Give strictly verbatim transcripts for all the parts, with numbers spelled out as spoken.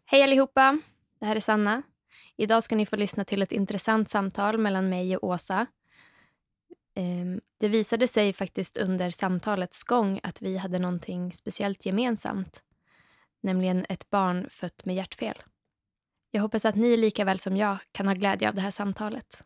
Hej allihopa, det här är Sanna. Idag ska ni få lyssna till ett intressant samtal mellan mig och Åsa. Det visade sig faktiskt under samtalets gång att vi hade någonting speciellt gemensamt. Nämligen ett barn fött med hjärtfel. Jag hoppas att ni lika väl som jag kan ha glädje av det här samtalet.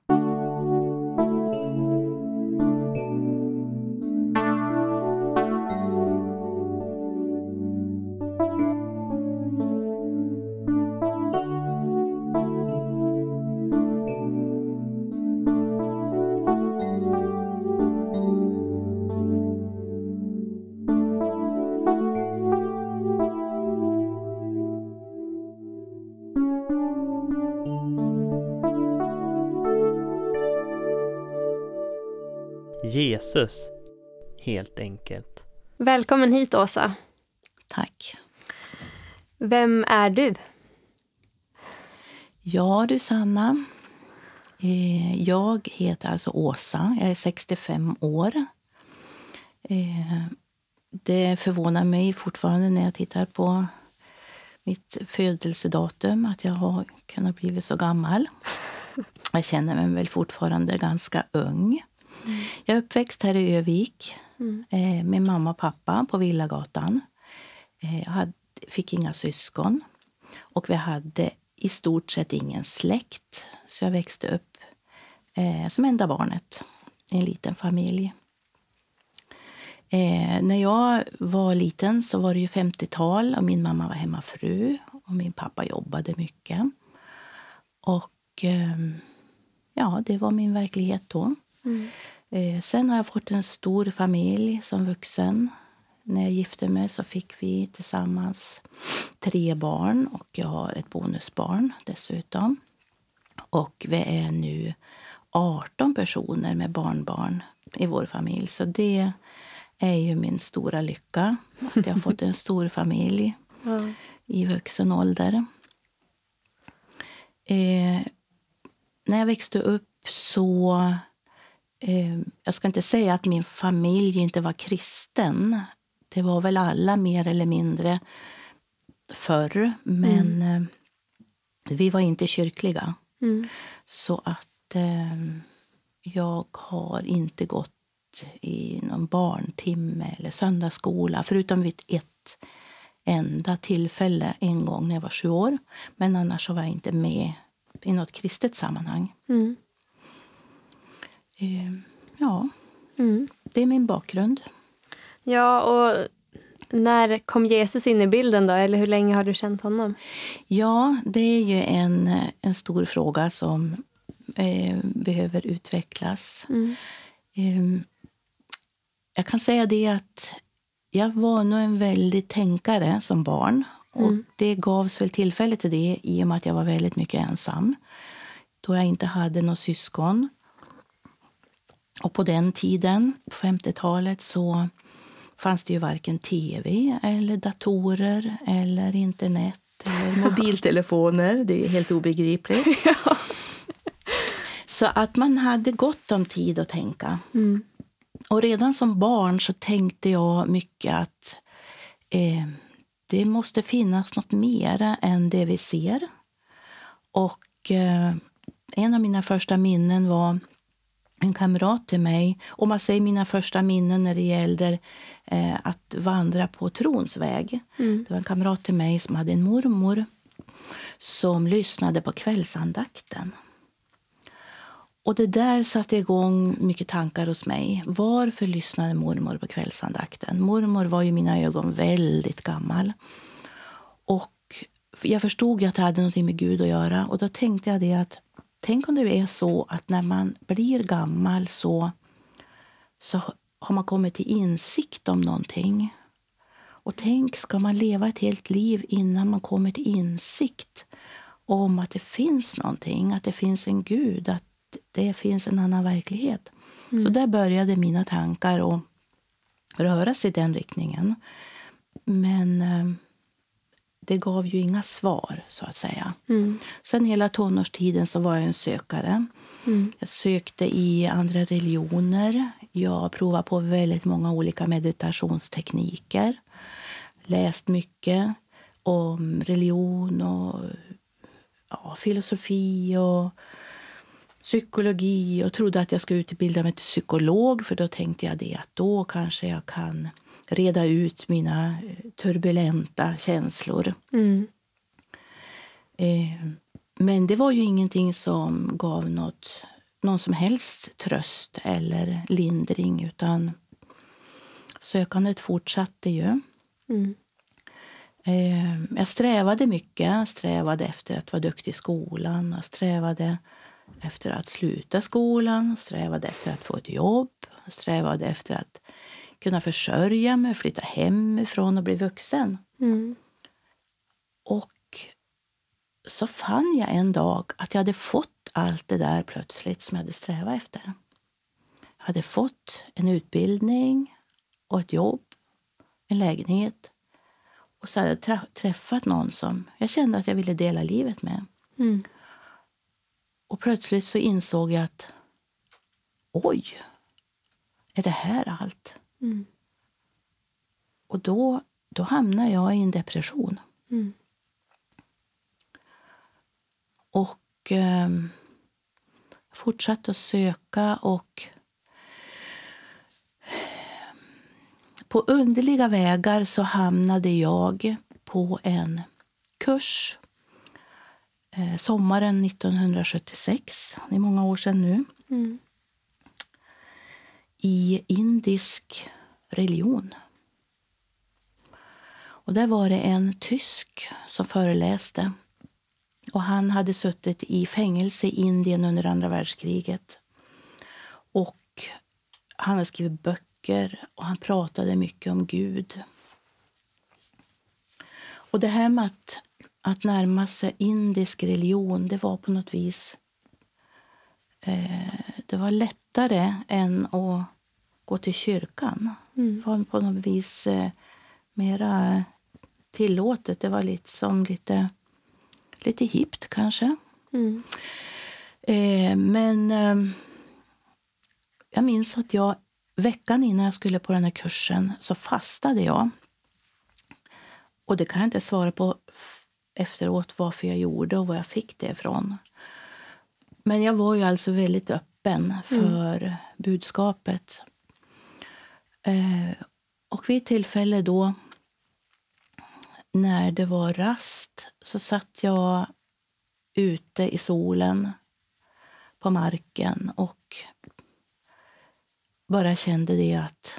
Jesus, helt enkelt. Välkommen hit, Åsa. Tack. Vem är du? Ja du Sanna, eh, jag heter alltså Åsa, jag är sextiofem år. Eh, det förvånar mig fortfarande när jag tittar på mitt födelsedatum att jag har kunnat bli så gammal. Jag känner mig väl fortfarande ganska ung. Mm. Jag är uppväxt här i Övik mm. eh, med mamma och pappa på Villagatan. Eh, jag hade, fick inga syskon och vi hade i stort sett ingen släkt. Så jag växte upp eh, som enda barnet i en liten familj. Eh, när jag var liten så var det ju femtiotal och min mamma var hemmafru och min pappa jobbade mycket. Och eh, ja, det var min verklighet då. Mm. Eh, sen har jag fått en stor familj som vuxen. När jag gifte mig så fick vi tillsammans tre barn och jag har ett bonusbarn dessutom. Och vi är nu arton personer med barnbarn i vår familj. Så det är ju min stora lycka att jag har fått en stor familj mm. i vuxen ålder. Eh, när jag växte upp så... Jag ska inte säga att min familj inte var kristen. Det var väl alla mer eller mindre förr. Men mm. vi var inte kyrkliga. Mm. Så att eh, jag har inte gått i någon barntimme eller söndagsskola. Förutom vid ett enda tillfälle en gång när jag var sju år. Men annars så var jag inte med i något kristet sammanhang. Mm. Ja, mm. det är min bakgrund. Ja, och när kom Jesus in i bilden då? Eller hur länge har du känt honom? Ja, det är ju en, en stor fråga som eh, behöver utvecklas. Mm. Eh, jag kan säga det att jag var nog en väldigt tänkare som barn. Och mm. det gavs väl tillfälle till det i och med att jag var väldigt mycket ensam. Då jag inte hade någon syskon. Och på den tiden, på femtiotalet, så fanns det ju varken tv eller datorer eller internet eller mobiltelefoner. Det är helt obegripligt. Ja. Så att man hade gott om tid att tänka. Mm. Och redan som barn så tänkte jag mycket att eh, det måste finnas något mer än det vi ser. Och eh, en av mina första minnen var en kamrat till mig. Om man säger mina första minnen när det gällde eh, att vandra på trons väg. Mm. Det var en kamrat till mig som hade en mormor som lyssnade på kvällsandakten. Och det där satte igång mycket tankar hos mig. Varför lyssnade mormor på kvällsandakten? Mormor var ju i mina ögon väldigt gammal. Och jag förstod att det hade något med Gud att göra. Och då tänkte jag det att tänk om det är så att när man blir gammal så, så har man kommit till insikt om någonting. Och tänk, ska man leva ett helt liv innan man kommer till insikt om att det finns någonting, att det finns en Gud, att det finns en annan verklighet. Mm. Så där började mina tankar att röra sig i den riktningen. Men eh, det gav ju inga svar, så att säga. Mm. Sen hela tonårstiden så var jag en sökare. Mm. Jag sökte i andra religioner. Jag provade på väldigt många olika meditationstekniker. Läst mycket om religion och ja, filosofi och psykologi och trodde att jag skulle utbilda mig till psykolog, för då tänkte jag det att då kanske jag kan reda ut mina turbulenta känslor. Mm. Eh, men det var ju ingenting som gav något, någon som helst tröst eller lindring, utan sökandet fortsatte ju. Mm. Eh, jag strävade mycket. Jag strävade efter att vara duktig i skolan. Jag strävade efter att sluta skolan. Jag strävade efter att få ett jobb. Jag strävade efter att kunna försörja mig, flytta hemifrån och bli vuxen. Mm. Och så fann jag en dag att jag hade fått allt det där plötsligt som jag hade strävat efter. Jag hade fått en utbildning och ett jobb, en lägenhet. Och så hade jag träffat någon som jag kände att jag ville dela livet med. Mm. Och plötsligt så insåg jag att oj, är det här allt? Mm. Och då, då hamnade jag i en depression. Mm. Och eh, fortsatte att söka och på underliga vägar så hamnade jag på en kurs eh, sommaren nittonhundrasjuttiosex. Det är många år sedan nu. Mm. I indisk religion. Och där var det en tysk som föreläste. Och han hade suttit i fängelse i Indien under andra världskriget. Och han hade skrivit böcker och han pratade mycket om Gud. Och det här med att, att närma sig indisk religion, det var på något vis eh, det var lättare än att gå till kyrkan. Mm. Det var på något vis eh, mera tillåtet. Det var lite som lite lite hippt kanske. Mm. Eh, men eh, jag minns att jag veckan innan jag skulle på den här kursen så fastade jag. Och det kan jag inte svara på efteråt varför jag gjorde och var jag fick det ifrån. Men jag var ju alltså väldigt öppen för mm. budskapet. Eh, och vid ett tillfälle då när det var rast så satt jag ute i solen på marken och bara kände det att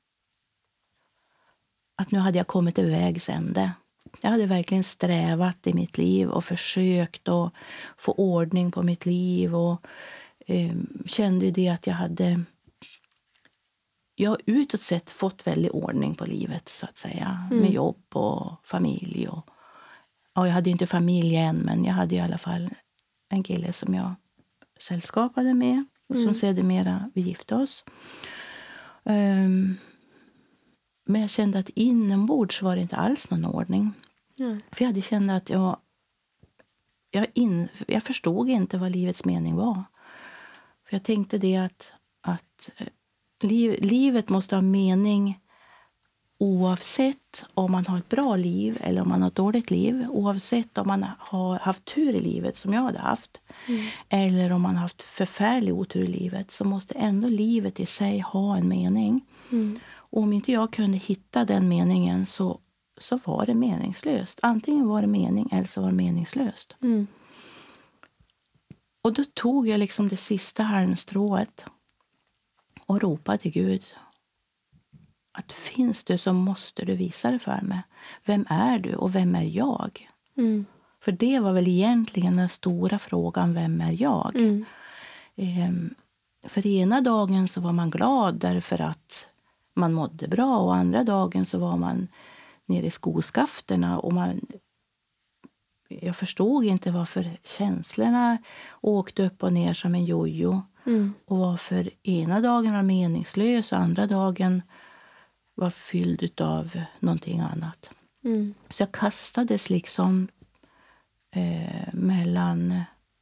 att nu hade jag kommit till vägs ände. Jag hade verkligen strävat i mitt liv och försökt att få ordning på mitt liv och eh, kände det att jag hade jag har utåt sett fått väldigt ordning på livet så att säga. Mm. Med jobb och familj. Och, och jag hade inte familj än, men jag hade i alla fall en kille som jag sällskapade med. Och som mm. sedermera vi gifte oss. Um, men jag kände att inombords var det inte alls någon ordning. Mm. För jag hade känt att jag, jag, in, jag förstod inte vad livets mening var. För jag tänkte det att, att Liv, livet måste ha mening oavsett om man har ett bra liv eller om man har ett dåligt liv. Oavsett om man har haft tur i livet som jag hade haft. Mm. Eller om man har haft förfärlig otur i livet. Så måste ändå livet i sig ha en mening. Mm. Och om inte jag kunde hitta den meningen så, så var det meningslöst. Antingen var det mening eller så var det meningslöst. Mm. Och då tog jag liksom det sista halmstrået. Och ropade till Gud att finns du så måste du visa det för mig. Vem är du och vem är jag? Mm. För det var väl egentligen den stora frågan, vem är jag? Mm. Ehm, för ena dagen så var man glad därför att man mådde bra. Och andra dagen så var man nere i skoskafterna och man... Jag förstod inte varför känslorna åkte upp och ner som en jojo. Mm. Och varför ena dagen var meningslös och andra dagen var fylld av någonting annat. Mm. Så jag kastades liksom eh, mellan...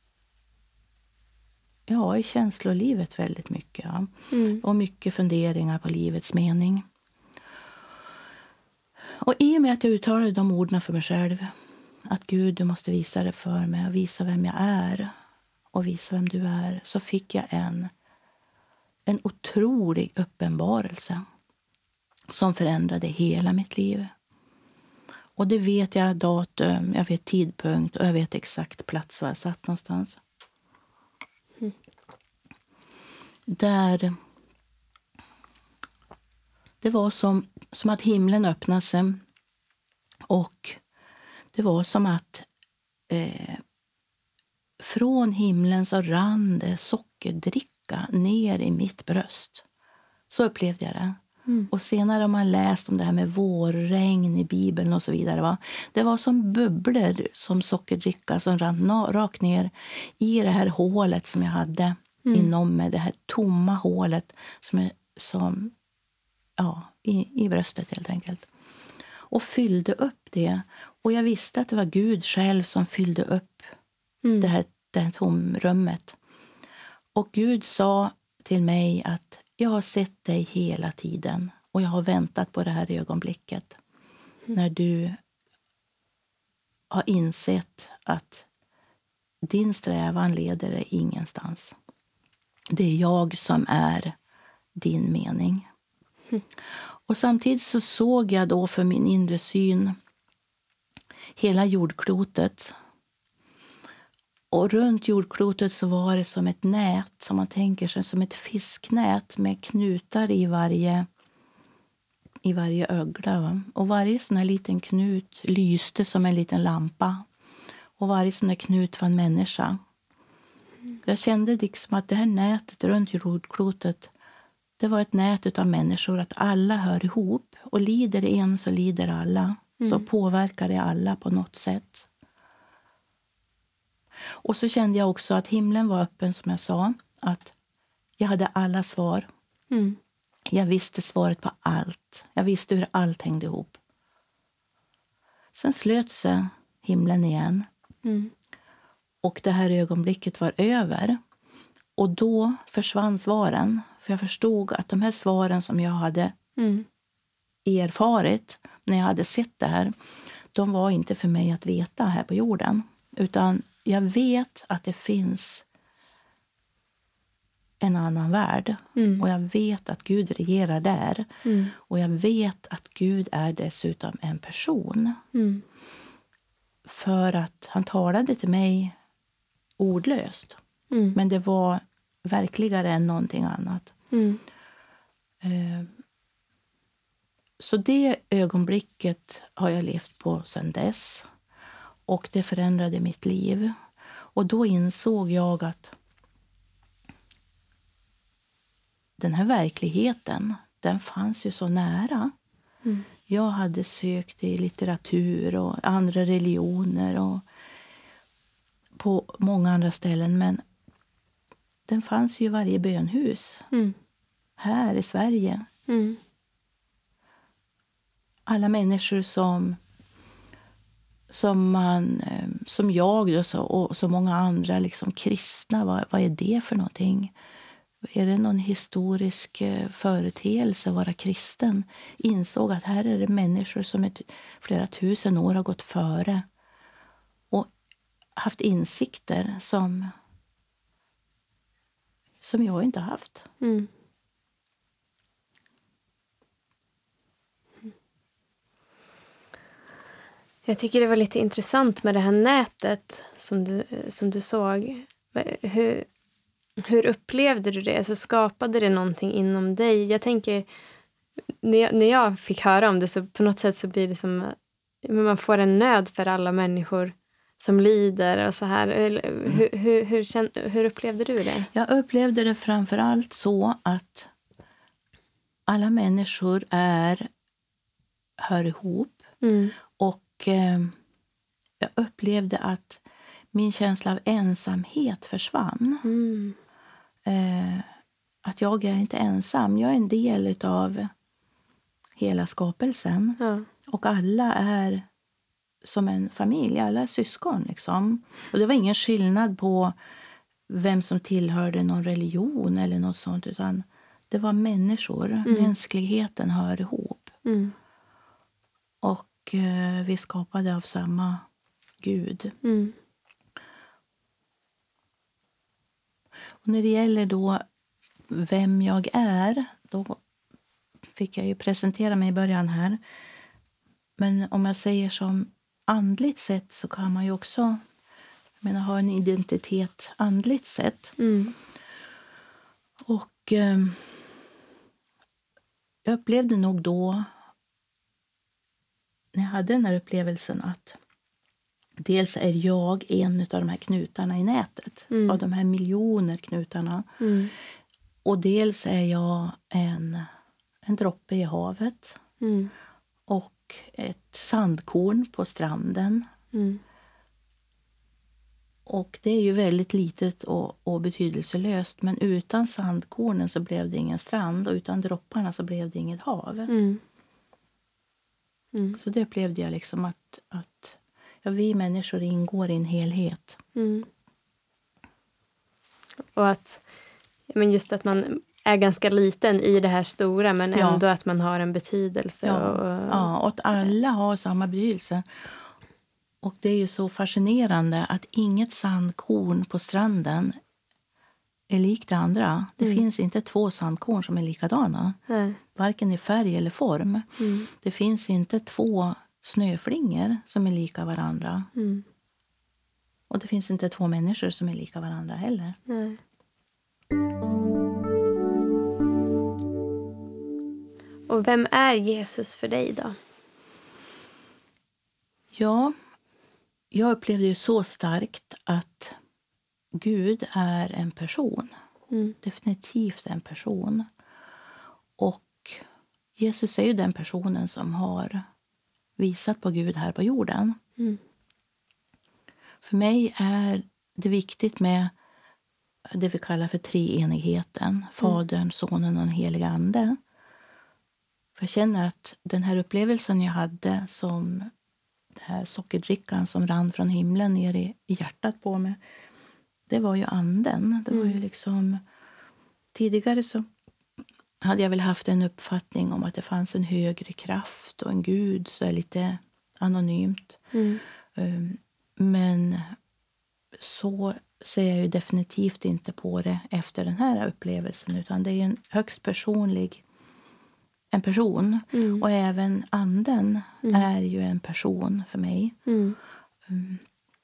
Ja, i känslolivet väldigt mycket. Ja. Mm. Och mycket funderingar på livets mening. Och i och med att jag uttalade de orden för mig själv att Gud, du måste visa det för mig och visa vem jag är och visa vem du är, så fick jag en, en otrolig uppenbarelse som förändrade hela mitt liv. Och det vet jag datum, jag vet tidpunkt och jag vet exakt plats var jag satt någonstans. Mm. Där det var som, som att himlen öppnade sig. Och det var som att eh, från himlen så rann det sockerdricka ner i mitt bröst. Så upplevde jag det. Mm. Och senare har man läst om det här med vårregn i Bibeln och så vidare. Va? Det var som bubblor som sockerdricka som rann rakt ner i det här hålet som jag hade mm. inom mig. Det här tomma hålet som, är, som ja, i, i bröstet helt enkelt. Och fyllde upp det. Och jag visste att det var Gud själv som fyllde upp mm. det, här, det här tomrummet. Och Gud sa till mig att jag har sett dig hela tiden. Och jag har väntat på det här ögonblicket. Mm. När du har insett att din strävan leder dig ingenstans. Det är jag som är din mening. Mm. Och samtidigt så såg jag då för min inre syn hela jordklotet. Och runt jordklotet så var det som ett nät, som man tänker sig som ett fisknät med knutar i varje, i varje ögla. Va? Och varje sån här liten knut lyste som en liten lampa. Och varje sån här knut var en människa. Mm. Jag kände liksom att det här nätet runt jordklotet, det var ett nät av människor, att alla hör ihop. Och lider en så lider alla. Mm. Så påverkar det alla på något sätt. Och så kände jag också att himlen var öppen, som jag sa. Att jag hade alla svar. Mm. Jag visste svaret på allt. Jag visste hur allt hängde ihop. Sen slöt sig himlen igen. Mm. Och det här ögonblicket var över. Och då försvann svaren. För jag förstod att de här svaren som jag hade mm. erfarit när jag hade sett det här, de var inte för mig att veta här på jorden. Utan jag vet att det finns en annan värld. Mm. Och jag vet att Gud regerar där. Mm. Och jag vet att Gud är dessutom en person. Mm. För att han talade till mig ordlöst. Mm. Men det var verkligare än någonting annat. Mm. Eh, så det ögonblicket har jag levt på sedan dess. Och det förändrade mitt liv. Och då insåg jag att den här verkligheten, den fanns ju så nära. Mm. Jag hade sökt i litteratur och andra religioner och på många andra ställen. Men den fanns ju i varje bönhus. Mm. Här i Sverige. Mm. Alla människor som... Som, man, som jag då, så, och så många andra liksom kristna, vad, vad är det för någonting? Är det någon historisk företeelse att vara kristen? Insåg att här är det människor som ett, flera tusen år har gått före. Och haft insikter som, som jag inte har haft. Mm. Jag tycker det var lite intressant med det här nätet som du, som du såg. Hur, hur upplevde du det? Alltså skapade det någonting inom dig? Jag tänker, när jag, när jag fick höra om det så på något sätt så blir det som man får en nöd för alla människor som lider och så här. Hur, hur, hur, känd, hur upplevde du det? Jag upplevde det framför allt så att alla människor är, hör ihop. Mm. Och eh, jag upplevde att min känsla av ensamhet försvann. Mm. Eh, att jag är inte ensam. Jag är en del av hela skapelsen. Ja. Och alla är som en familj. Alla är syskon liksom. Och det var ingen skillnad på vem som tillhörde någon religion eller något sånt. Utan det var människor. Mm. Mänskligheten hör ihop. Mm. Och vi skapade av samma Gud. Mm. Och när det gäller då vem jag är, då fick jag ju presentera mig i början här. Men om jag säger som andligt sett så kan man ju också, jag menar, ha en identitet andligt sett. Mm. Och eh, jag upplevde nog då, när jag hade den här upplevelsen, att dels är jag en av de här knutarna i nätet. Mm. Av de här miljoner knutarna. Mm. Och dels är jag en, en droppe i havet. Mm. Och ett sandkorn på stranden. Mm. Och det är ju väldigt litet och, och betydelselöst. Men utan sandkornen så blev det ingen strand. Och utan dropparna så blev det inget hav. Mm. Mm. Så det upplevde jag liksom att, att ja, vi människor ingår i en helhet. Mm. Och att, men just att man är ganska liten i det här stora, men Ja. ändå att man har en betydelse. Ja, Och, ja, och att alla har samma betydelse. Och det är ju så fascinerande att inget sandkorn på stranden är likt det andra. Det Mm. finns inte två sandkorn som är likadana. Nej. Varken i färg eller form. Mm. Det finns inte två snöflingor som är lika varandra. Mm. Och det finns inte två människor som är lika varandra heller. Nej. Och vem är Jesus för dig då? Ja, jag upplevde ju så starkt att Gud är en person. Mm. Definitivt en person. Och Jesus är ju den personen som har visat på Gud här på jorden. Mm. För mig är det viktigt med det vi kallar för treenigheten. Fadern, Sonen och den heliga Ande. För jag känner att den här upplevelsen jag hade, som den här sockerdrickan som rann från himlen ner i, i hjärtat på mig. Det var ju anden. Det var ju liksom, tidigare så hade jag väl haft en uppfattning om att det fanns en högre kraft och en Gud, så är lite anonymt. Mm. Um, men så ser jag ju definitivt inte på det efter den här upplevelsen, utan det är en högst personlig en person. Mm. Och även anden Mm. är ju en person för mig. Mm. Um,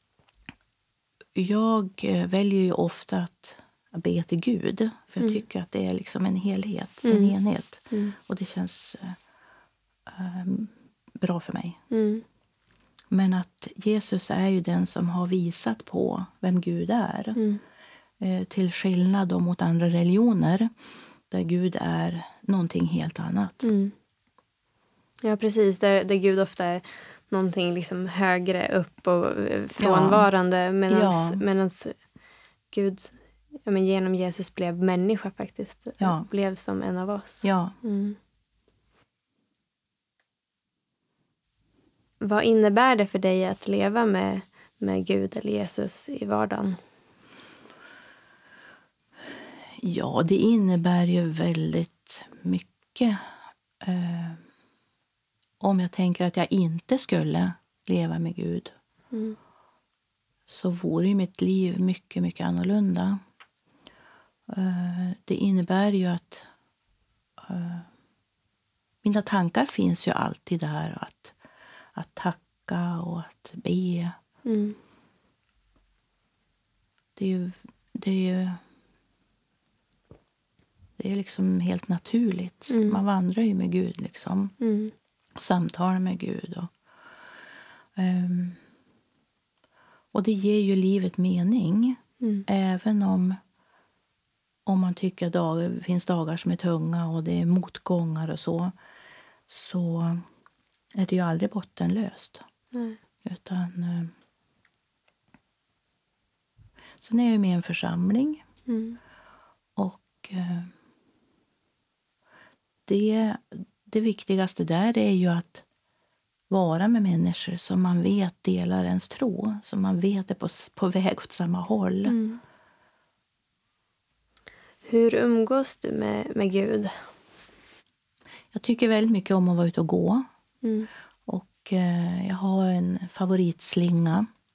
jag eh, väljer ju ofta att be till Gud, för jag Mm. tycker att det är liksom en helhet, Mm. en enhet. Mm. Och det känns eh, um, bra för mig. Mm. Men att Jesus är ju den som har visat på vem Gud är. Mm. Eh, till skillnad då mot andra religioner, där Gud är någonting helt annat. Mm. Ja, precis. Där, där Gud ofta är någonting liksom högre upp och eh, frånvarande. Ja. Medans, Ja. medans Gud, ja, men genom Jesus blev människa faktiskt. Ja. Blev som en av oss. Ja. Mm. Vad innebär det för dig att leva med, med Gud eller Jesus i vardagen? Ja, det innebär ju väldigt mycket. Eh, om jag tänker att jag inte skulle leva med Gud, Mm. så vore ju mitt liv mycket, mycket annorlunda. Eh, det innebär ju att eh, mina tankar finns ju alltid där. Att, att tacka och att be. Mm. Det är ju... Det är ju Det är liksom helt naturligt. Mm. Man vandrar ju med Gud liksom. Mm. Och samtalar med Gud. Och, um, och det ger ju livet mening. Mm. Även om, om man tycker att dagar, det finns dagar som är tunga och det är motgångar och så. Så är det ju aldrig bottenlöst. Nej. Utan... Um, sen är jag ju med i en församling. Mm. Och... Uh, Det, det viktigaste där är ju att vara med människor som man vet delar ens tro. Som man vet är på, på väg åt samma håll. Mm. Hur umgås du med, med Gud? Jag tycker väldigt mycket om att vara ute och gå. Mm. Och eh, jag har en favoritslinga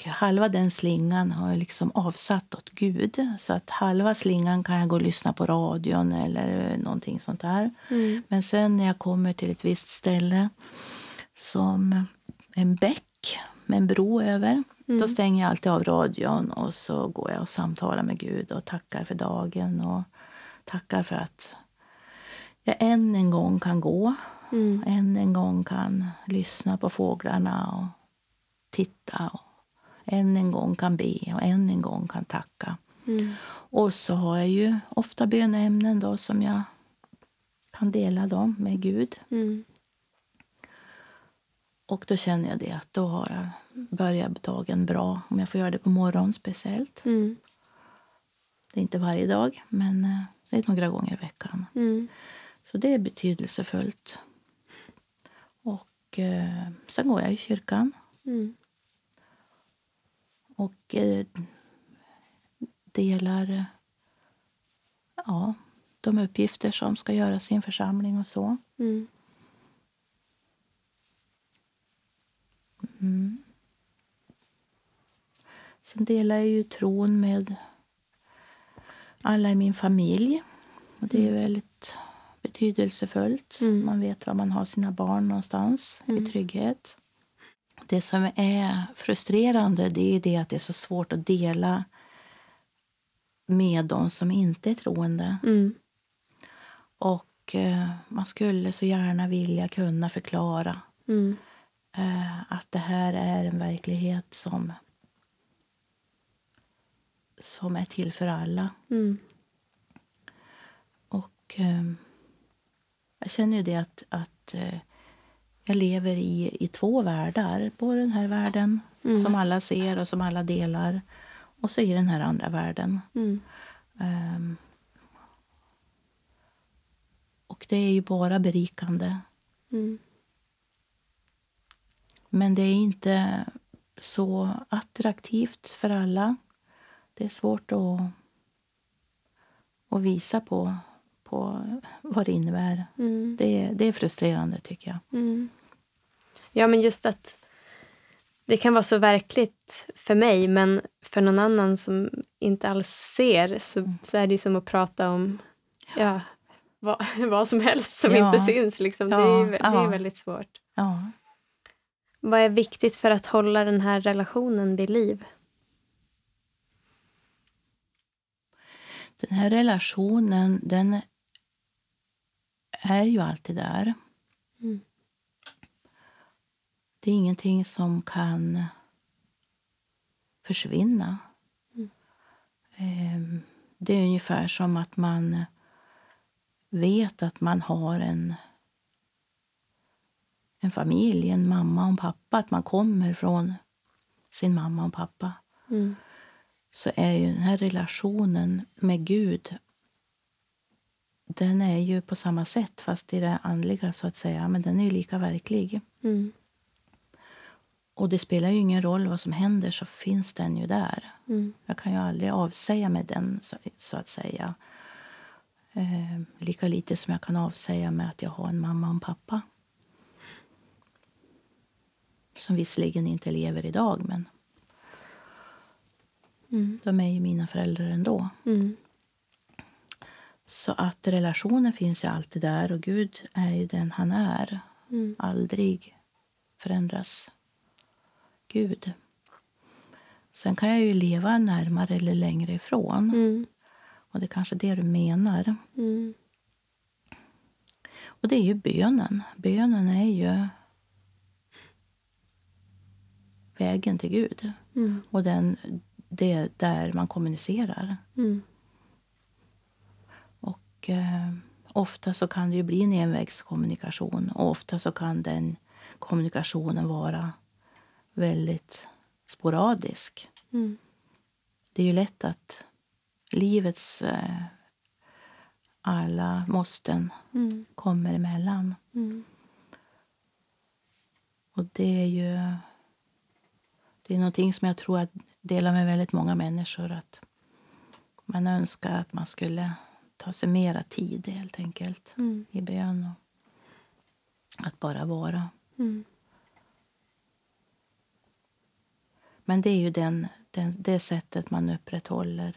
halva den slingan har jag liksom avsatt åt Gud. Så att halva slingan kan jag gå och lyssna på radion eller någonting sånt där. Mm. Men sen när jag kommer till ett visst ställe som en bäck med en bro över. Mm. Då stänger jag alltid av radion och så går jag och samtalar med Gud och tackar för dagen. Och tackar för att jag än en gång kan gå. Mm. Än en gång kan lyssna på fåglarna och titta. Och än en gång kan be och än en gång kan tacka. Mm. Och så har jag ju ofta böneämnen då som jag kan dela dem med Gud. Mm. Och då känner jag det att då har jag börjat dagen bra. Om jag får göra det på morgonen speciellt. Mm. Det är inte varje dag, men det är några gånger i veckan. Mm. Så det är betydelsefullt. Och eh, sen går jag i kyrkan. Mm. Och eh, delar ja, de uppgifter som ska göras i en församling och så. Mm. Mm. Sen delar jag ju tron med alla i min familj. Och det är mm. väldigt betydelsefullt. Mm. Man vet var man har sina barn någonstans mm. i trygghet. Det som är frustrerande det är det att det är så svårt att dela med de som inte är troende. Mm. Och eh, man skulle så gärna vilja kunna förklara mm. eh, att det här är en verklighet som, som är till för alla. Mm. Och eh, jag känner ju det att, att eh, jag lever i, i två världar. På den här världen mm. som alla ser och som alla delar. Och så i den här andra världen. Mm. Um, och det är ju bara berikande. Mm. Men det är inte så attraktivt för alla. Det är svårt att, att visa på, på vad det innebär. Mm. Det, det är frustrerande tycker jag. Mm. Ja, men just att det kan vara så verkligt för mig, men för någon annan som inte alls ser så, mm. så är det ju som att prata om ja, vad, vad som helst som ja. inte syns. Liksom. Ja. Det, är, det ja. är väldigt svårt. Ja. Vad är viktigt för att hålla den här relationen vid liv? Den här relationen, den är ju alltid där. Mm. Det är ingenting som kan försvinna. Mm. Det är ungefär som att man vet att man har en, en familj, en mamma och en pappa. Att man kommer från sin mamma och pappa. Mm. Så är ju den här relationen med Gud, den är ju på samma sätt fast i det andliga så att säga. Men den är ju lika verklig. Mm. Och det spelar ju ingen roll vad som händer så finns den ju där. Mm. Jag kan ju aldrig avsäga med den så, så att säga. Eh, lika lite som jag kan avsäga med att jag har en mamma och en pappa. Som visserligen inte lever idag men mm. de är ju mina föräldrar ändå. Mm. Så att relationen finns ju alltid där och Gud är ju den han är. Mm. Aldrig förändras Gud. Sen kan jag ju leva närmare eller längre ifrån. Mm. Och det är kanske det du menar. Mm. Och det är ju bönen. Bönen är ju vägen till Gud. Mm. Och den, det är där man kommunicerar. Mm. Och eh, ofta så kan det ju bli en envägskommunikation. Och ofta så kan den kommunikationen vara väldigt sporadisk. Mm. Det är ju lätt att livets eh, alla måsten mm. kommer emellan. Mm. Och det är ju det är någonting som jag tror att delar med väldigt många människor, att man önskar att man skulle ta sig mera tid helt enkelt mm. i bön och att bara vara. Mm. Men det är ju den, den, det sättet man upprätthåller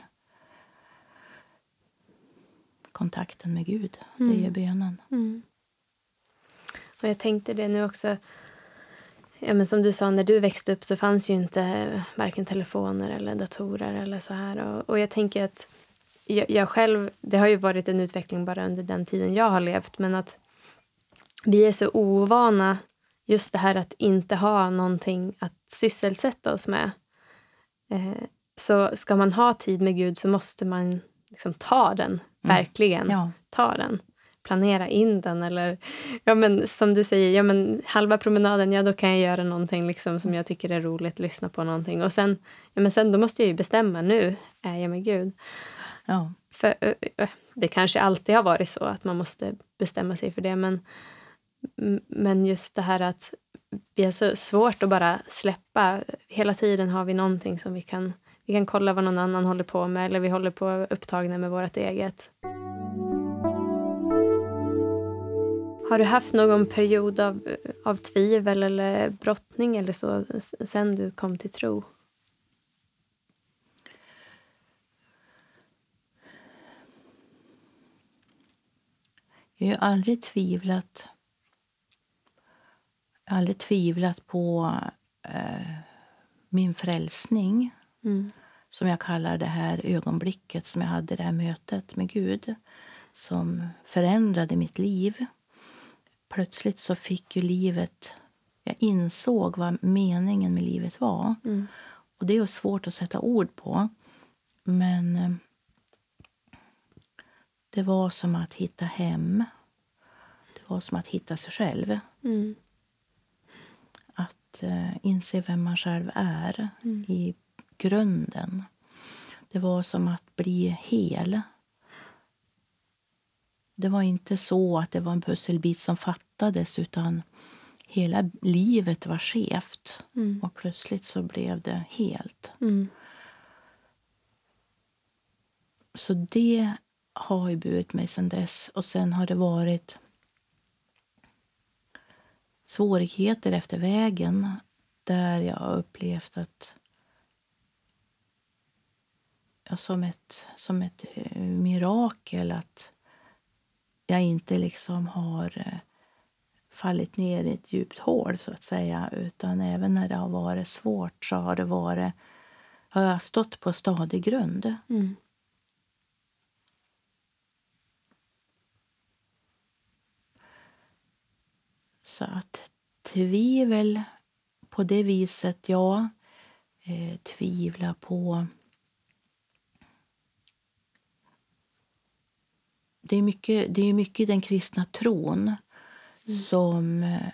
kontakten med Gud. Mm. Det är ju bönen. Mm. Och jag tänkte det nu också. Ja, men som du sa, när du växte upp så fanns ju inte varken telefoner eller datorer eller så här. Och, och jag tänker att jag, jag själv, det har ju varit en utveckling bara under den tiden jag har levt. Men att vi är så ovana just det här att inte ha någonting att sysselsätta oss med. Eh, så ska man ha tid med Gud så måste man liksom ta den, mm. verkligen ja. ta den. Planera in den eller, ja men som du säger, ja men halva promenaden, ja då kan jag göra någonting liksom som jag tycker är roligt, lyssna på någonting. Och sen, ja men sen då måste jag ju bestämma, nu är jag med Gud. Ja. För det kanske alltid har varit så att man måste bestämma sig för det, men men just det här att vi har så svårt att bara släppa. Hela tiden har vi någonting som vi kan, vi kan kolla vad någon annan håller på med, eller vi håller på upptagna med vårt eget. Har du haft någon period av, av tvivel eller brottning eller så sen du kom till tro? Jag har aldrig tvivlat. Jag har aldrig tvivlat på eh, min frälsning. Mm. Som jag kallar det här ögonblicket som jag hade, det här mötet med Gud. Som förändrade mitt liv. Plötsligt så fick ju livet... Jag insåg vad meningen med livet var. Mm. Och det är ju svårt att sätta ord på. Men eh, det var som att hitta hem. Det var som att hitta sig själv. Mm. Att eh, inse vem man själv är mm. i grunden. Det var som att bli hel. Det var inte så att det var en pusselbit som fattades, utan hela livet var skevt. Mm. Och plötsligt så blev det helt. Mm. Så det har ju burit mig sedan dess. Och sen har det varit svårigheter efter vägen där jag har upplevt att ja, som ett, som ett eh, mirakel att jag inte liksom har eh, fallit ner i ett djupt hål så att säga, utan även när det har varit svårt så har det varit, har jag stått på stadig grund. Mm. Så att tvivel på det viset, ja, eh, tvivla på. Det är mycket, det är mycket den kristna tron mm. som eh,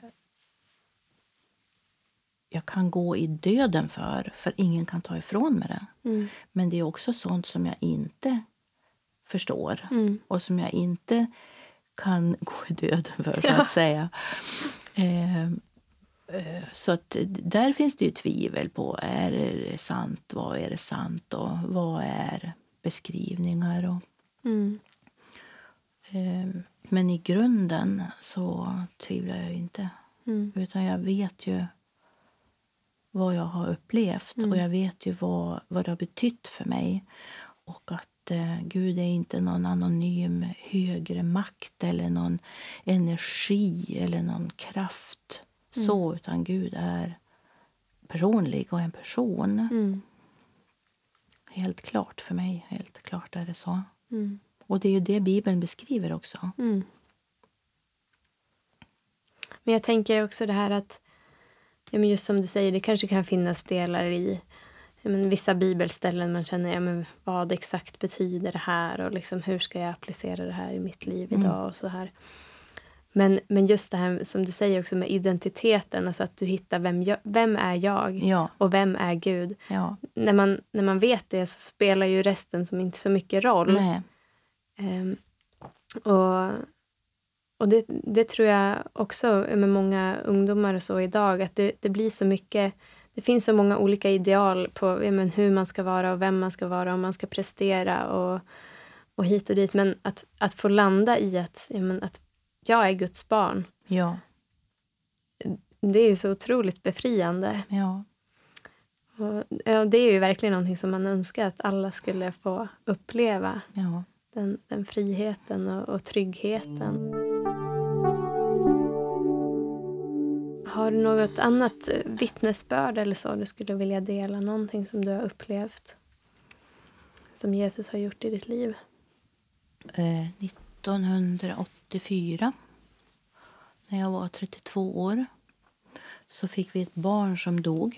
jag kan gå i döden för, för ingen kan ta ifrån mig det. Mm. Men det är också sånt som jag inte förstår mm. och som jag inte kan gå i döden för, så ja. att säga. Eh, eh, så att där finns det ju tvivel på, är det sant, vad är det sant och vad är beskrivningar och mm. eh, men i grunden så tvivlar jag inte. Mm. Utan jag vet ju vad jag har upplevt mm. och jag vet ju vad, vad det har betytt för mig. Och att eh, Gud är inte någon anonym högre makt eller någon energi eller någon kraft. Mm. Så, utan Gud är personlig och en person. Mm. Helt klart för mig, helt klart är det så. Mm. Och det är ju det Bibeln beskriver också. Mm. Men jag tänker också det här att, ja, men just som du säger, det kanske kan finnas delar i ja, men vissa bibelställen man känner, ja, men vad exakt betyder det här och liksom, hur ska jag applicera det här i mitt liv idag mm. och så här. Men, men just det här som du säger också med identiteten, alltså att du hittar vem, jag, vem är jag ja. och vem är Gud. Ja. När, man, när man vet det så spelar ju resten som inte så mycket roll. Nej. Um, och och det, det tror jag också med många ungdomar och så idag, att det, det blir så mycket, det finns så många olika ideal på ja, men hur man ska vara och vem man ska vara och man ska prestera och, och hit och dit, men att, att få landa i att, ja, men att jag är Guds barn. Ja. Det är ju så otroligt befriande. Ja. Och, ja, det är ju verkligen någonting som man önskar att alla skulle få uppleva. Ja. Den, den friheten och, och tryggheten. Har du något annat vittnesbörd eller så du skulle vilja dela? Någonting som du har upplevt som Jesus har gjort i ditt liv? Eh, nittonhundraåttiofyra, när jag var trettiotvå år, så fick vi ett barn som dog.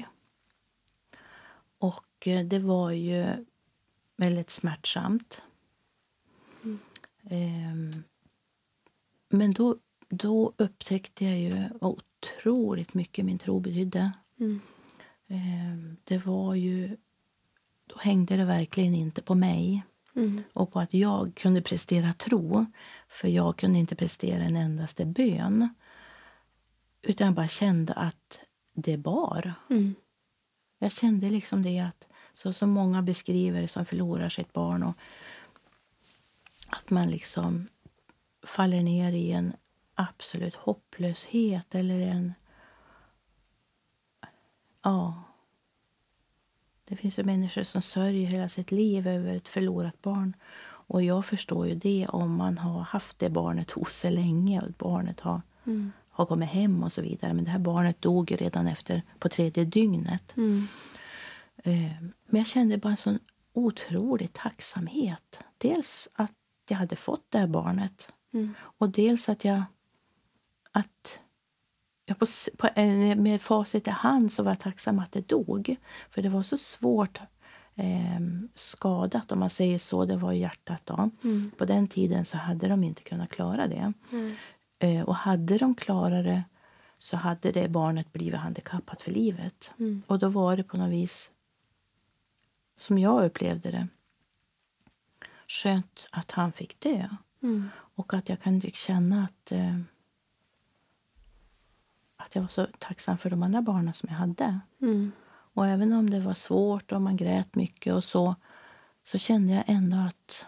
Och eh, det var ju väldigt smärtsamt. Mm. Eh, men då, då upptäckte jag ju otroligt mycket min tro betydde. Mm. Eh, det var ju... Då hängde det verkligen inte på mig. Mm. Och på att jag kunde prestera tro. För jag kunde inte prestera en endaste bön. Utan jag bara kände att det bar. Mm. Jag kände liksom det att så som många beskriver som förlorar sitt barn. Och att man liksom faller ner i en absolut hopplöshet. Eller en... Ja... Det finns ju människor som sörjer hela sitt liv över ett förlorat barn. Och jag förstår ju det om man har haft det barnet hos sig länge. Och barnet har, mm. har kommit hem och så vidare. Men det här barnet dog ju redan efter på tredje dygnet. Mm. Eh, men jag kände bara en sån otrolig tacksamhet. Dels att jag hade fått det här barnet. Mm. Och dels att jag... Att... Ja, på, på, med facit i hand så var jag tacksam att det dog. För det var så svårt eh, skadat, om man säger så. Det var i hjärtat då. Mm. På den tiden så hade de inte kunnat klara det. Mm. Eh, och hade de klarat det så hade det barnet blivit handikappat för livet. Mm. Och då var det på något vis, som jag upplevde det, skönt att han fick dö. Mm. Och att jag kan känna att... Eh, Att jag var så tacksam för de andra barnen som jag hade. Mm. Och även om det var svårt och man grät mycket och så. Så kände jag ändå att.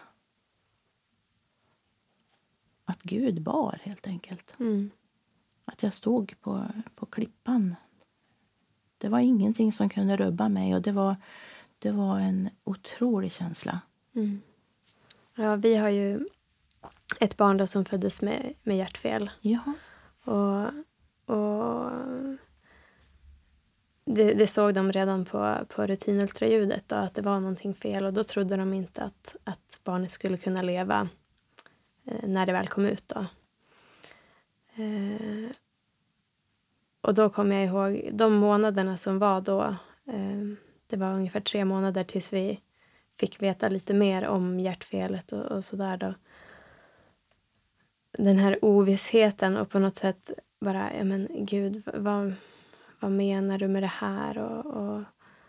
Att Gud bar helt enkelt. Mm. Att jag stod på, på klippan. Det var ingenting som kunde rubba mig. Och det var, det var en otrolig känsla. Mm. Ja, vi har ju ett barn då som föddes med, med hjärtfel. Ja. Och... Och det, det såg de redan på, på rutinultraljudet då, att det var någonting fel. Och då trodde de inte att, att barnet skulle kunna leva eh, när det väl kom ut. Då. Eh, och då kom jag ihåg de månaderna som var då. Eh, det var ungefär tre månader tills vi fick veta lite mer om hjärtfelet och, och sådär då. Den här ovissheten och på något sätt bara, ja men Gud, vad, vad menar du med det här? Och, och,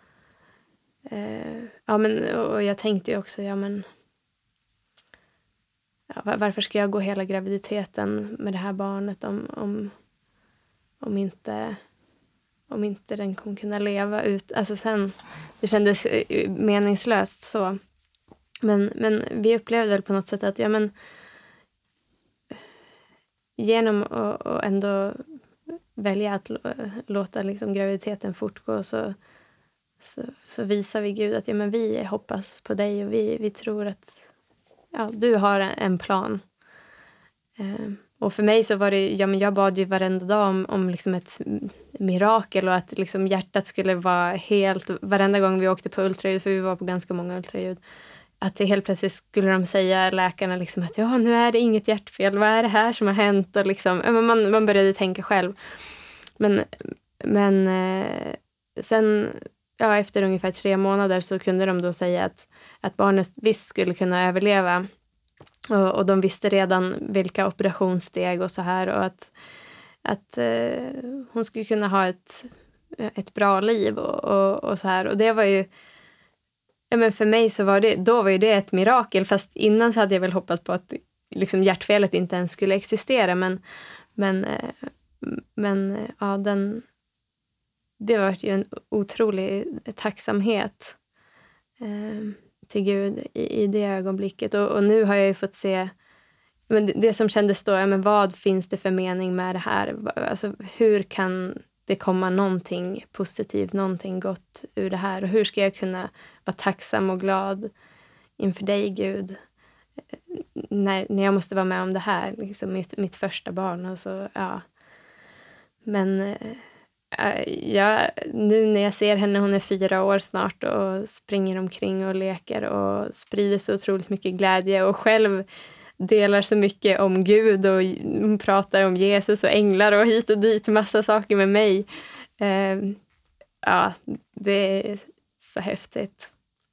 eh, ja, men, och jag tänkte ju också, ja men ja, varför ska jag gå hela graviditeten med det här barnet om, om, om inte om inte den kommer kunna leva ut. Alltså sen, det kändes meningslöst så. Men, men vi upplevde väl på något sätt att, ja men genom att, att ändå välja att låta liksom graviditeten fortgå så, så, så visar vi Gud att ja, men vi hoppas på dig och vi, vi tror att ja, du har en plan. Eh, och för mig så var det, ja men jag bad ju varenda dag om, om liksom ett mirakel och att liksom hjärtat skulle vara helt, varenda gång vi åkte på ultraljud, för vi var på ganska många ultraljud, att det helt plötsligt skulle de säga, läkarna, liksom att ja, nu är det inget hjärtfel. Vad är det här som har hänt? Och liksom, man, man började tänka själv. Men, men eh, sen, ja, efter ungefär tre månader så kunde de då säga att, att barnet visst skulle kunna överleva. Och, och de visste redan vilka operationssteg och så här. Och att, att eh, hon skulle kunna ha ett, ett bra liv och, och, och så här. Och det var ju... Ja, men för mig så var det, då var ju det ett mirakel, fast innan så hade jag väl hoppats på att liksom hjärtfelet inte ens skulle existera, men men men ja, den det var ju en otrolig tacksamhet eh, till Gud i, i det ögonblicket, och, och nu har jag ju fått se, men det, det som kändes då, ja, men vad finns det för mening med det här? Alltså hur kan det komma någonting positivt, någonting gott ur det här? Och hur ska jag kunna vara tacksam och glad inför dig, Gud, när, när jag måste vara med om det här, liksom mitt, mitt första barn. Och så, ja. Men äh, jag, nu när jag ser henne, hon är fyra år snart och springer omkring och leker och sprider så otroligt mycket glädje och själv delar så mycket om Gud och pratar om Jesus och änglar och hit och dit, massa saker med mig. Eh, ja, det är så häftigt.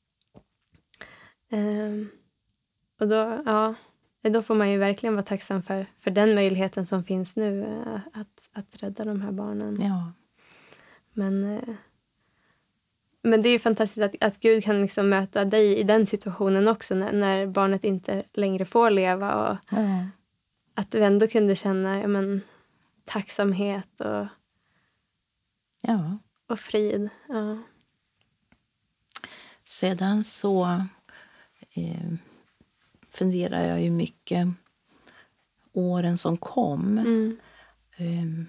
Eh, och då, ja, då får man ju verkligen vara tacksam för, för den möjligheten som finns nu, att, att rädda de här barnen. Ja. Men, eh, men det är ju fantastiskt att, att Gud kan liksom möta dig i den situationen också, när, när barnet inte längre får leva. Och Ja. att du ändå kunde känna, ja, men, tacksamhet och, Ja. och frid. Ja. Sedan så eh, funderar jag ju mycket åren som kom. Mm. Eh,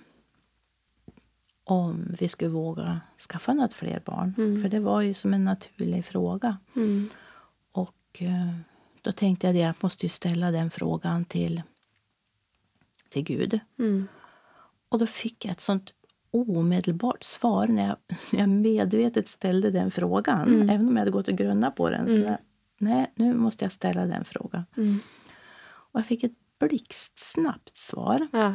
om vi skulle våga skaffa något fler barn. Mm. För det var ju som en naturlig fråga. Mm. Och eh, då tänkte jag det, jag måste ju ställa den frågan till, till Gud. Mm. Och då fick jag ett sånt omedelbart svar när jag, när jag medvetet ställde den frågan. Mm. Även om jag hade gått och grunnat på den. Mm. Så jag, nej, nu måste jag ställa den frågan. Mm. Och jag fick ett blixtsnabbt svar. Ja.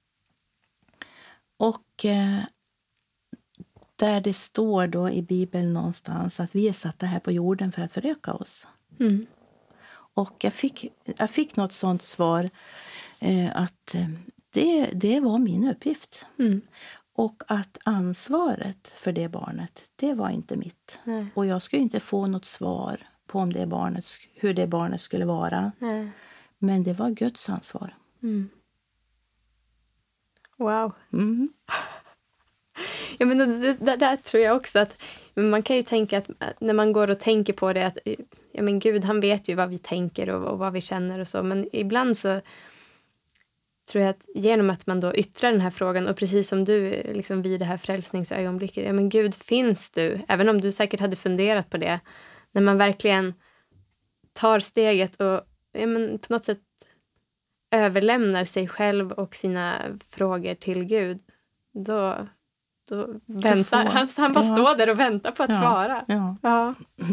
Och eh, där det står då i Bibeln någonstans att vi är satta här på jorden för att föröka oss. Mm. Och jag fick, jag fick något sånt svar eh, att eh, det, det var min uppgift. Mm. Och att ansvaret för det barnet, det var inte mitt. Nej. Och jag skulle inte få något svar på om det barnet, hur det barnet skulle vara. Nej. Men det var Guds ansvar. Mm. Wow. Mm. Ja, men det, det där tror jag också att man kan ju tänka att när man går och tänker på det att ja, men Gud, han vet ju vad vi tänker och, och vad vi känner och så, men ibland så tror jag att genom att man då yttrar den här frågan och precis som du liksom vid det här frälsningsögonblicket, ja men Gud, finns du? Även om du säkert hade funderat på det, när man verkligen tar steget och ja, men på något sätt överlämnar sig själv och sina frågor till Gud, då Då väntar, får, han, han bara ja. står där och väntar på att Ja, svara. Ja. Ja.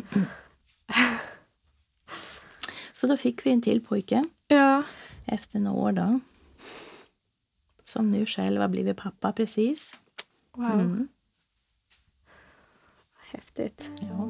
Så då fick vi en till pojke Ja. efter några år då. Som nu själv har blivit pappa precis. Wow. Mm. Häftigt. Ja.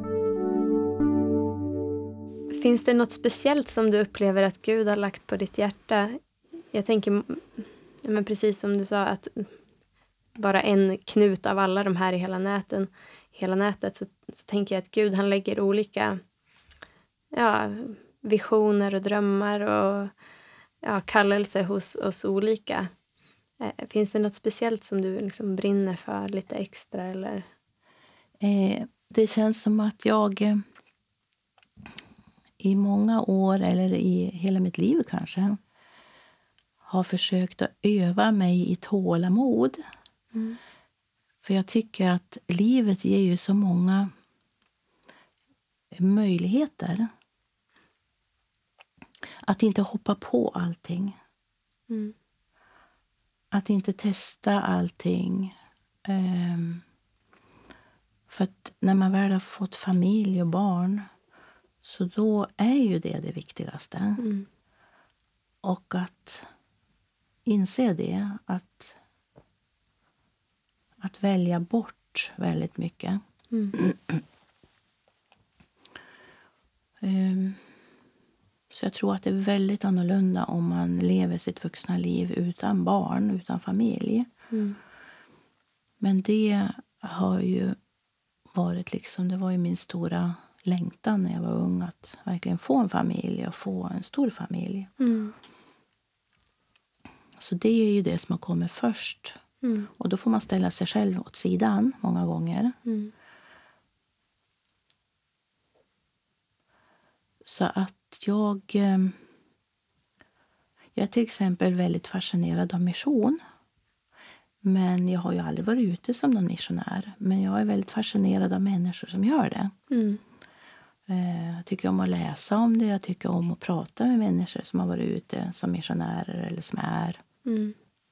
Finns det något speciellt som du upplever att Gud har lagt på ditt hjärta? Jag tänker, men precis som du sa, att bara en knut av alla de här i hela näten, hela nätet, så, så tänker jag att Gud, han lägger olika ja, visioner och drömmar och ja, kallelse hos oss olika. Eh, finns det något speciellt som du liksom brinner för lite extra? Eller? Eh, det känns som att jag eh, i många år, eller i hela mitt liv kanske, har försökt att öva mig i tålamod. Mm. För jag tycker att livet ger ju så många möjligheter. Att inte hoppa på allting. Mm. Att inte testa allting. Um, för att när man väl har fått familj och barn, så då är ju det det viktigaste. Mm. Och att inse det, att Att välja bort väldigt mycket. Mm. um, så jag tror att det är väldigt annorlunda om man lever sitt vuxna liv utan barn, utan familj. Mm. Men det har ju varit liksom, det var ju min stora längtan när jag var ung, att verkligen få en familj och få en stor familj. Mm. Så det är ju det som har kommit först. Mm. Och då får man ställa sig själv åt sidan många gånger. Mm. Så att jag... Jag är till exempel väldigt fascinerad av mission. Men jag har ju aldrig varit ute som någon missionär. Men jag är väldigt fascinerad av människor som gör det. Mm. Jag tycker om att läsa om det. Jag tycker om att prata med människor som har varit ute som missionärer eller som är. Mm.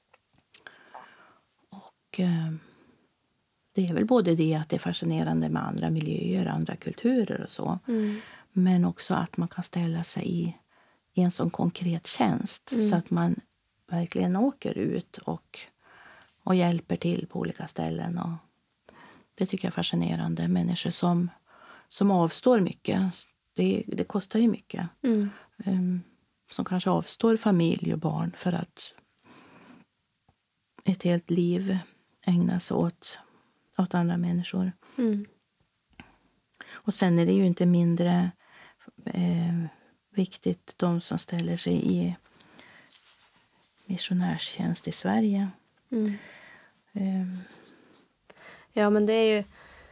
Och det är väl både det att det är fascinerande med andra miljöer, andra kulturer och så. Mm. Men också att man kan ställa sig i, i en sån konkret tjänst. Mm. Så att man verkligen åker ut och, och hjälper till på olika ställen. Och det tycker jag är fascinerande. Människor som, som avstår mycket. Det, det kostar ju mycket. Mm. Um, som kanske avstår familj och barn för att ett helt liv ägnas åt, åt andra människor. Mm. Och sen är det ju inte mindre eh, viktigt de som ställer sig i missionärstjänst i Sverige. Mm. Eh, Ja, men det är ju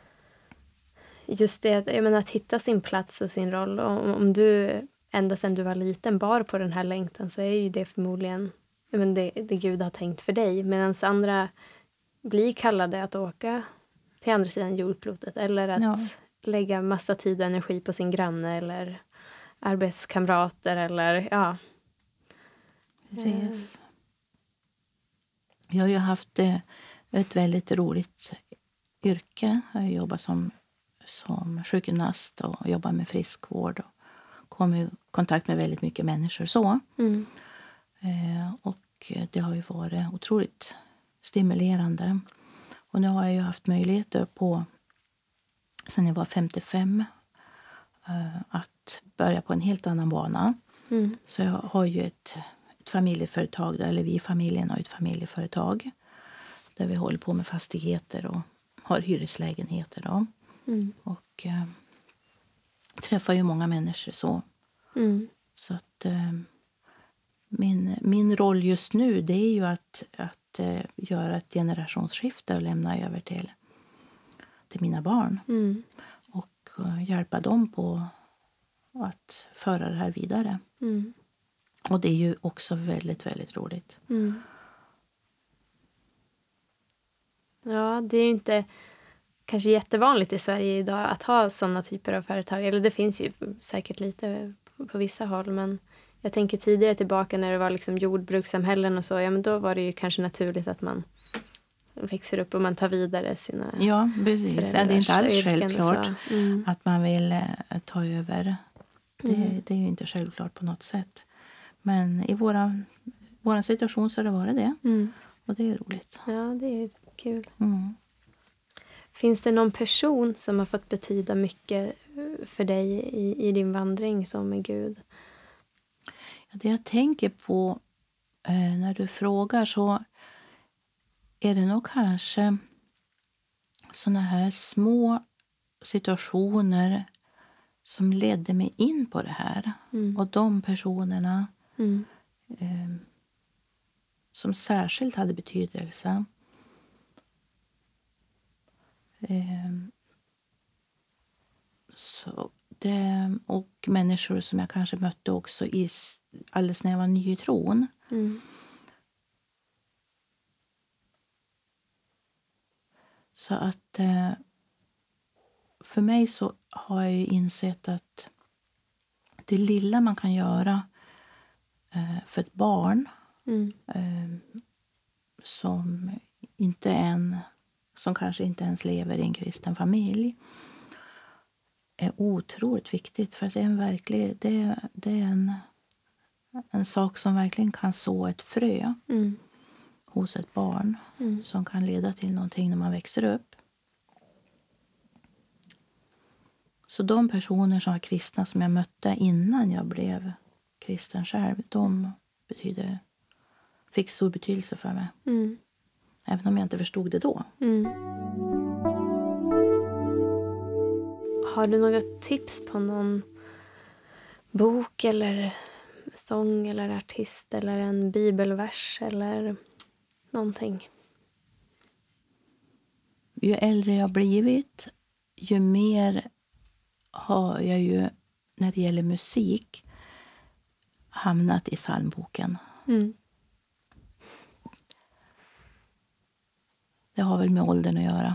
just det, jag menar, att hitta sin plats och sin roll. Om, om du ända sedan du var liten bar på den här längtan, så är ju det förmodligen, jag menar, det, det Gud har tänkt för dig. Medan andra blir kallade att åka till andra sidan jordklotet. Eller att Ja. lägga massa tid och energi på sin granne eller arbetskamrater. Eller, ja. Precis. Jag har ju haft eh, ett väldigt roligt yrke. Jag har jobbat som, som sjukgymnast och jobbat med friskvård. Och kom i kontakt med väldigt mycket människor. Så. Mm. Eh, och det har ju varit otroligt stimulerande. Och nu har jag ju haft möjligheter på, sen jag var femtiofem, eh, att börja på en helt annan bana. Mm. Så jag har ju ett, ett familjeföretag, där, eller vi i familjen har ett familjeföretag. Där vi håller på med fastigheter och har hyreslägenheter då. Mm. Och eh, träffar ju många människor så. Mm. Så att eh, min, min roll just nu, det är ju att, att eh, göra ett generationsskifte och lämna över till, till mina barn. Mm. Och eh, hjälpa dem på att föra det här vidare. Mm. Och det är ju också väldigt, väldigt roligt. Mm. Ja, det är ju inte kanske jättevanligt i Sverige idag att ha sådana typer av företag. Eller det finns ju säkert lite på, på vissa håll. Men jag tänker tidigare tillbaka när det var liksom jordbrukssamhällen och så. Ja, men då var det ju kanske naturligt att man växer upp och man tar vidare sina Ja, precis. Det är inte alls självklart mm. att man vill eh, ta över. Det, Mm. det är ju inte självklart på något sätt. Men i våra, våra situation så har det varit det. Mm. Och det är roligt. Ja, det är kul. Mm. Finns det någon person som har fått betyda mycket för dig i, i din vandring som med Gud? Ja, det jag tänker på eh, när du frågar så är det nog kanske såna här små situationer som ledde mig in på det här. Mm. Och de personerna Mm. eh, som särskilt hade betydelse. Eh, så det, och människor som jag kanske mötte också i, alldeles när jag var ny i tron. Mm. Så att eh, för mig så har jag ju insett att det lilla man kan göra eh, för ett barn Mm. eh, som inte en, som kanske inte ens lever i en kristen familj är otroligt viktigt. För det är en verklig, det, det är en, en sak som verkligen kan så ett frö Mm. hos ett barn Mm. som kan leda till någonting när man växer upp. Så de personer som var kristna som jag mötte innan jag blev kristen själv, de betyder, fick stor betydelse för mig. Mm. Även om jag inte förstod det då. Mm. Har du något tips på någon bok eller sång eller artist eller en bibelvers eller någonting? Ju äldre jag blivit, ju mer har jag ju när det gäller musik hamnat i psalmboken. Mm. Det har väl med åldern att göra.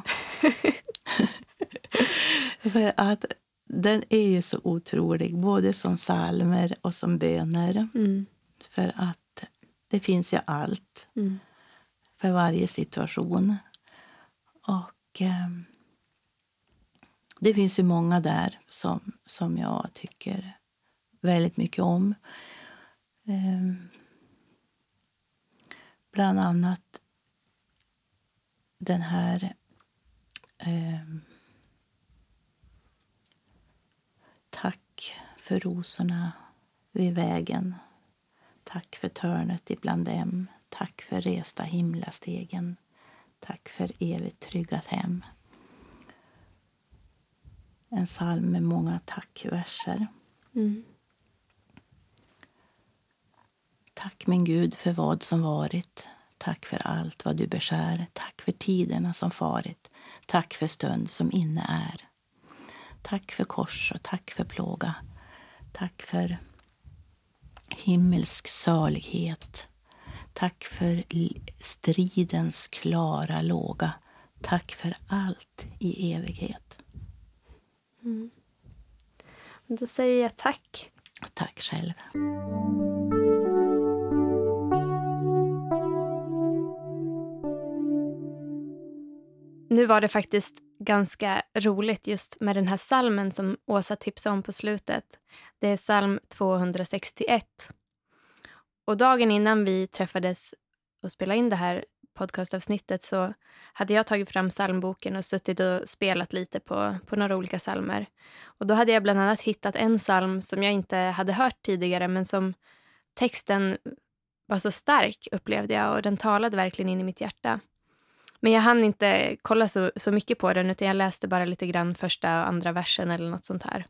För att den är ju så otrolig, både som psalmer och som böner. Mm. För att det finns ju allt mm. för varje situation. Och eh, det finns ju många där som, som jag tycker väldigt mycket om. Eh, bland annat den här eh, tack för rosorna vid vägen. Tack för törnet ibland dem. Tack för resta himlastegen. Tack för evigt tryggat hem. En psalm med många tackverser. Mm. Tack min Gud för vad som varit. Tack för allt vad du beskär. Tack för tiderna som farit. Tack för stund som inne är. Tack för kors och tack för plåga. Tack för himmelsk salighet. Tack för stridens klara låga. Tack för allt i evighet. Mm. Då säger jag tack. Tack själv. Nu var det faktiskt ganska roligt just med den här psalmen som Åsa tipsade om på slutet. Det är psalm tvåhundrasextioett. Och dagen innan vi träffades och spelade in det här podcastavsnittet så hade jag tagit fram psalmboken och suttit och spelat lite på, på några olika psalmer. Och då hade jag bland annat hittat en psalm som jag inte hade hört tidigare men som texten var så stark upplevde jag och den talade verkligen in i mitt hjärta. Men jag hann inte kolla så, så mycket på den utan jag läste bara lite grann första och andra versen eller något sånt här.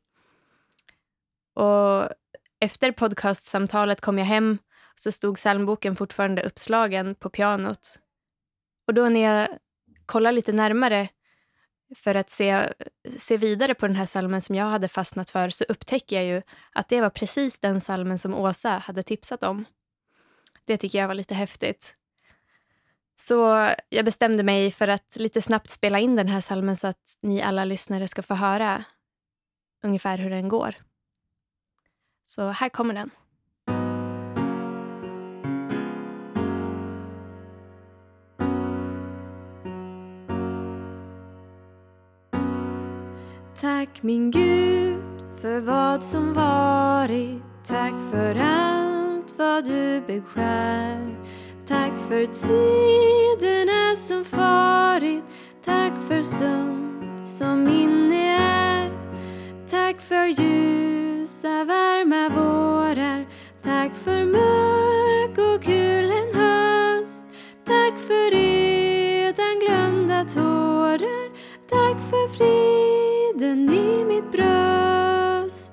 Och efter podcastsamtalet kom jag hem så stod psalmboken fortfarande uppslagen på pianot. Och då när jag kollade lite närmare för att se, se vidare på den här psalmen som jag hade fastnat för så upptäcker jag ju att det var precis den psalmen som Åsa hade tipsat om. Det tycker jag var lite häftigt. Så jag bestämde mig för att lite snabbt spela in den här psalmen så att ni alla lyssnare ska få höra ungefär hur den går. Så här kommer den. Tack min Gud för vad som varit. Tack för allt vad du beskär. Tack för tiderna som farit. Tack för stund som inne är. Tack för ljusa varma vårar. Tack för mörk och kulen höst. Tack för redan glömda tårar. Tack för friden i mitt bröst.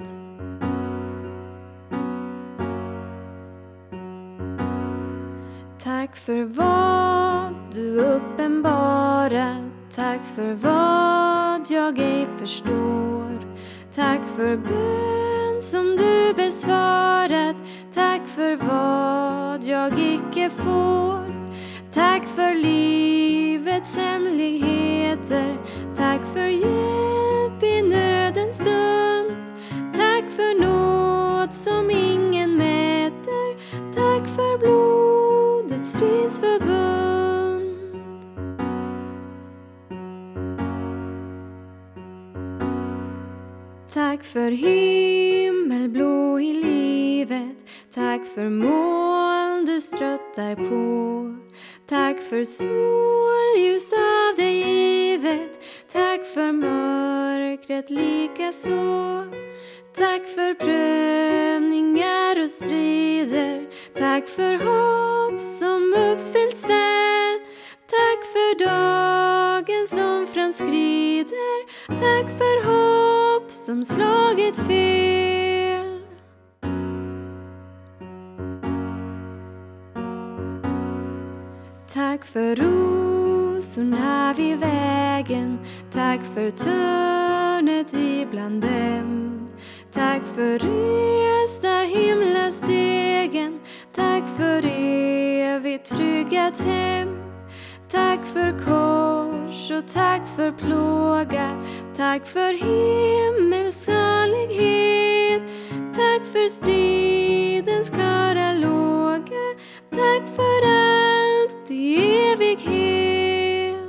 Tack för vad du uppenbarar. Tack för vad jag ej förstår. Tack för bön som du besvarat. Tack för vad jag icke får. Tack för livets hemligheter. Tack för hjälp i nödens stund. Tack för nåd som ingen mäter. Tack för blodets fridsförbund. Tack för himmelblå i livet. Tack för moln du ströttar på. Tack för solljus av dig givet. Tack för mörkret lika så. Tack för prövningar och strider. Tack för hopp som uppfyllts väl. Tack för dagen som framskrider. Tack för hopp som slagit fel. Tack för rosorna vid vägen. Tack för törnet ibland dem. Tack för resta himlastegen. Tack för evigt tryggat hem. Tack för kors och tack för plåga. Tack för himmelsalighet. Tack för stridens klara låga. Tack för allt i evighet.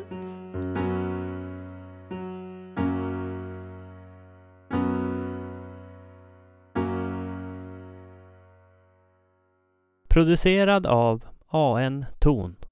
Producerad av A N Ton.